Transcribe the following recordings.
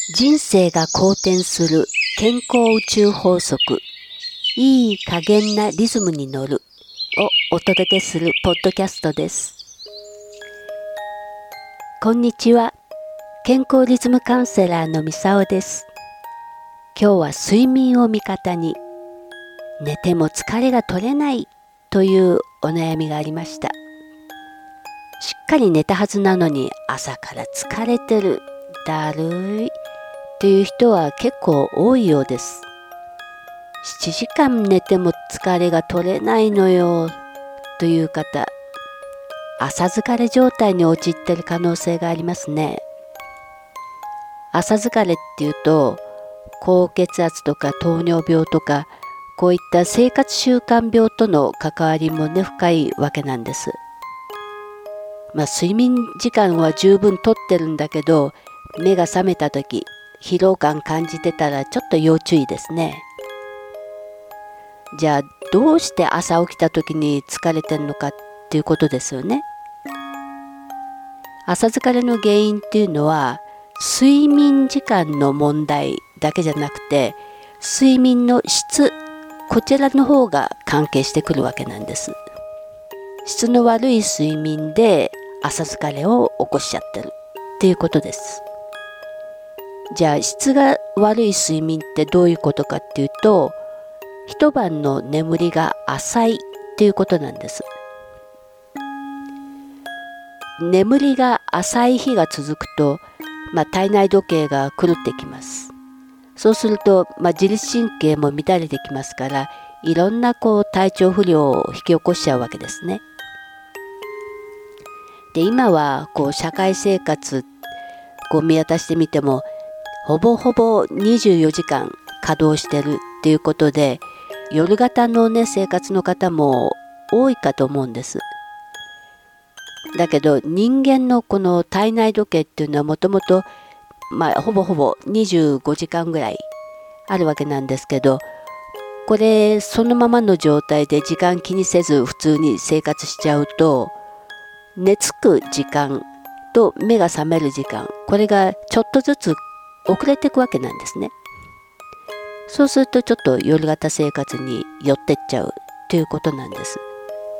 人生が好転する健康宇宙法則、いい加減なリズムに乗るをお届けするポッドキャストです。こんにちは。健康リズムカウンセラーのみさおです。今日は睡眠を味方に、寝ても疲れが取れないというお悩みがありました。しっかり寝たはずなのに朝から疲れてる、だるいという人は結構多いようです。7時間寝ても疲れが取れないのよという方、朝疲れ状態に陥っている可能性がありますね。朝疲れっていうと、高血圧とか糖尿病とか、こういった生活習慣病との関わりもね、深いわけなんです。睡眠時間は十分とってるんだけど、目が覚めた時、疲労感感じてたらちょっと要注意ですね。じゃあどうして朝起きた時に疲れてるのかっていうことですよね。朝疲れの原因っていうのは睡眠時間の問題だけじゃなくて、睡眠の質、こちらの方が関係してくるわけなんです。質の悪い睡眠で朝疲れを起こしちゃってるっていうことです。じゃあ質が悪い睡眠ってどういうことかっていうと、一晩の眠りが浅いっていうことなんです。眠りが浅い日が続くと、体内時計が狂ってきます。そうすると、自律神経も乱れてきますから、いろんな体調不良を引き起こしちゃうわけですね。で、今は社会生活見渡してみても、ほぼほぼ24時間稼働してるっていうことで、夜型の生活の方も多いかと思うんです。だけど人間のこの体内時計っていうのはもともとほぼほぼ25時間ぐらいあるわけなんですけど、これそのままの状態で時間気にせず普通に生活しちゃうと、寝つく時間と目が覚める時間、これがちょっとずつ遅れていくわけなんですね。そうするとちょっと夜型生活に寄ってっちゃうということなんです。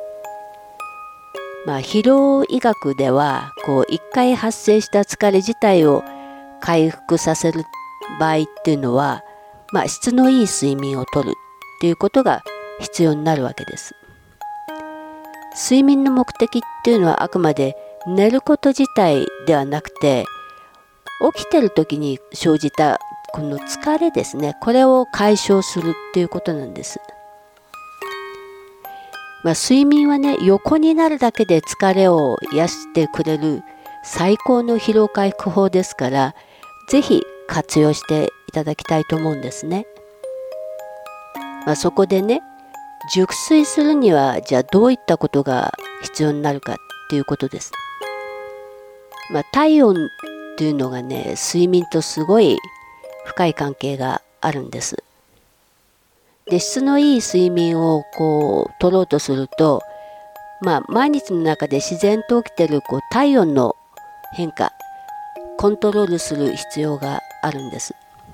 疲労医学では一回発生した疲れ自体を回復させる場合っていうのは、質のいい睡眠をとるっていうことが必要になるわけです。睡眠の目的っていうのはあくまで寝ること自体ではなくて、起きてる時に生じたこの疲れですね、これを解消するっていうことなんです。睡眠はね、横になるだけで疲れを癒してくれる最高の疲労回復法ですから、ぜひ活用していただきたいと思うんですね。そこでね、熟睡するにはじゃあどういったことが必要になるかっていうことです。体温っていうのがね、睡眠とすごい深い関係があるんです。で、質のいい睡眠を取ろうとすると、毎日の中で自然と起きている体温の変化、コントロールする必要があるんです。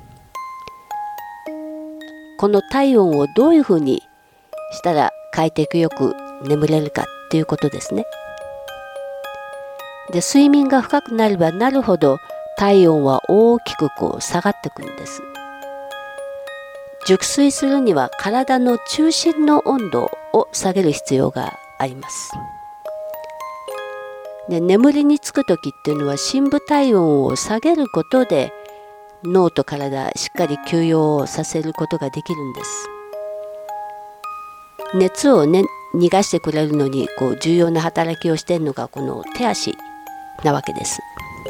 この体温をどういうふうにしたら快適よく眠れるかっていうことですね。で、睡眠が深くなればなるほど体温は大きく下がってくるんです。熟睡するには体の中心の温度を下げる必要があります。で、眠りにつく時っていうのは深部体温を下げることで脳と体しっかり休養をさせることができるんです。熱をね、逃がしてくれるのに重要な働きをしているのがこの手足なわけです。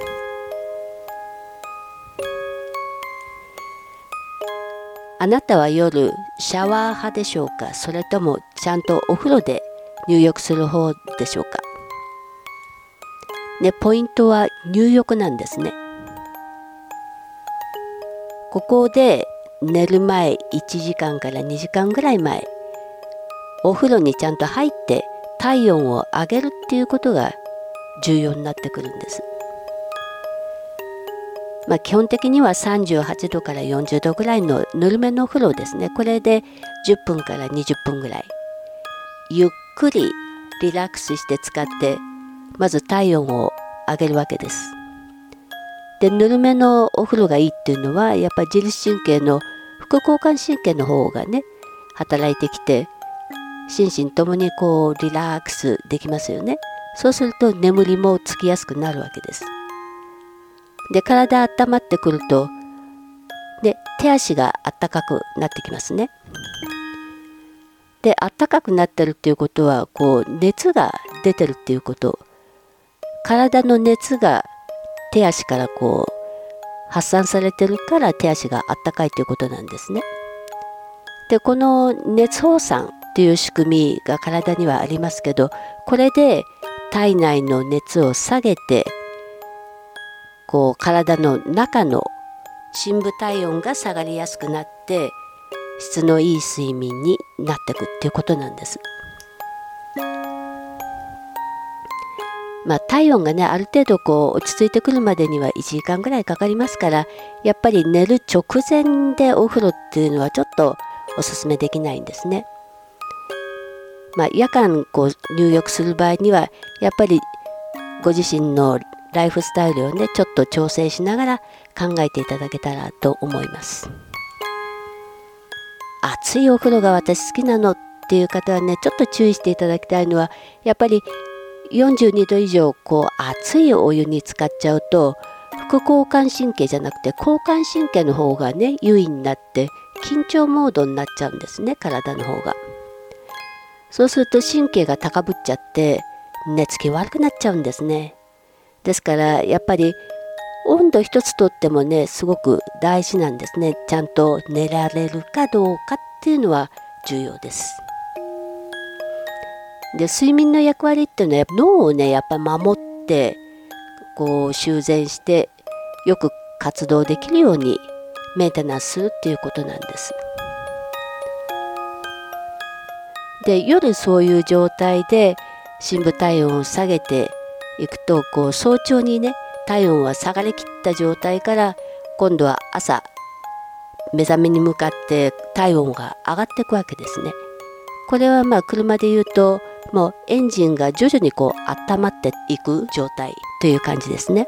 あなたは夜シャワー派でしょうか、それともちゃんとお風呂で入浴する方でしょうか。ポイントは入浴なんですね。ここで寝る前1時間から2時間ぐらい前、お風呂にちゃんと入って体温を上げるっていうことが重要になってくるんです。 基本的には38度から40度ぐらいのぬるめのお風呂ですね。これで10分から20分ぐらいゆっくりリラックスして使って、まず体温を上げるわけです。で、ぬるめのお風呂がいいっていうのは、やっぱり自律神経の副交感神経の方がね働いてきて、心身ともにリラックスできますよね。そうすると眠りもつきやすくなるわけです。で、体温まってくると、で、手足が温かくなってきますね。で、暖かくなってるっていうことは、熱が出てるっていうこと、体の熱が手足から発散されてるから手足が暖かいということなんですね。で、この熱放散という仕組みが体にはありますけど、これで体内の熱を下げて、体の中の深部体温が下がりやすくなって、質のいい睡眠になっていくっていうことなんです。体温がねある程度落ち着いてくるまでには1時間ぐらいかかりますから、やっぱり寝る直前でお風呂っていうのはちょっとおすすめできないんですね。夜間入浴する場合にはやっぱりご自身のライフスタイルをねちょっと調整しながら考えていただけたらと思います。熱いお風呂が私好きなのっていう方はね、ちょっと注意していただきたいのは、やっぱり42度以上熱いお湯に浸かっちゃうと、副交感神経じゃなくて交感神経の方がね優位になって緊張モードになっちゃうんですね、体の方が。そうすると神経が高ぶっちゃって寝つき悪くなっちゃうんですね。ですからやっぱり温度一つとってもねすごく大事なんですね。ちゃんと寝られるかどうかっていうのは重要です。で、睡眠の役割っていうのは脳をねやっぱ守って修繕してよく活動できるようにメンテナンスするっていうことなんです。で、夜そういう状態で深部体温を下げていくと早朝にね体温は下がりきった状態から今度は朝目覚めに向かって体温が上がっていくわけですね。これは車で言うともうエンジンが徐々に温まっていく状態という感じですね。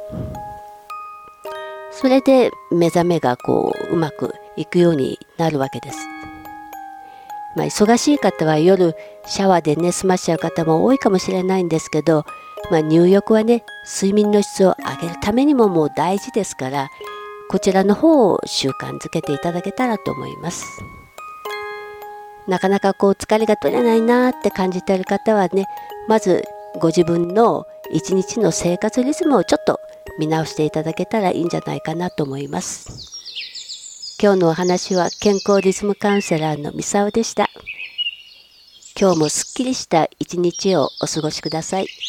それで目覚めがうまくいくようになるわけです。忙しい方は夜シャワーでね済ましちゃう方も多いかもしれないんですけど、入浴はね睡眠の質を上げるためにももう大事ですから、こちらの方を習慣づけていただけたらと思います。なかなか疲れが取れないなって感じている方はね、まずご自分の一日の生活リズムをちょっと見直していただけたらいいんじゃないかなと思います。今日のお話は健康リズムカウンセラーのみさおでした。今日もすっきりした一日をお過ごしください。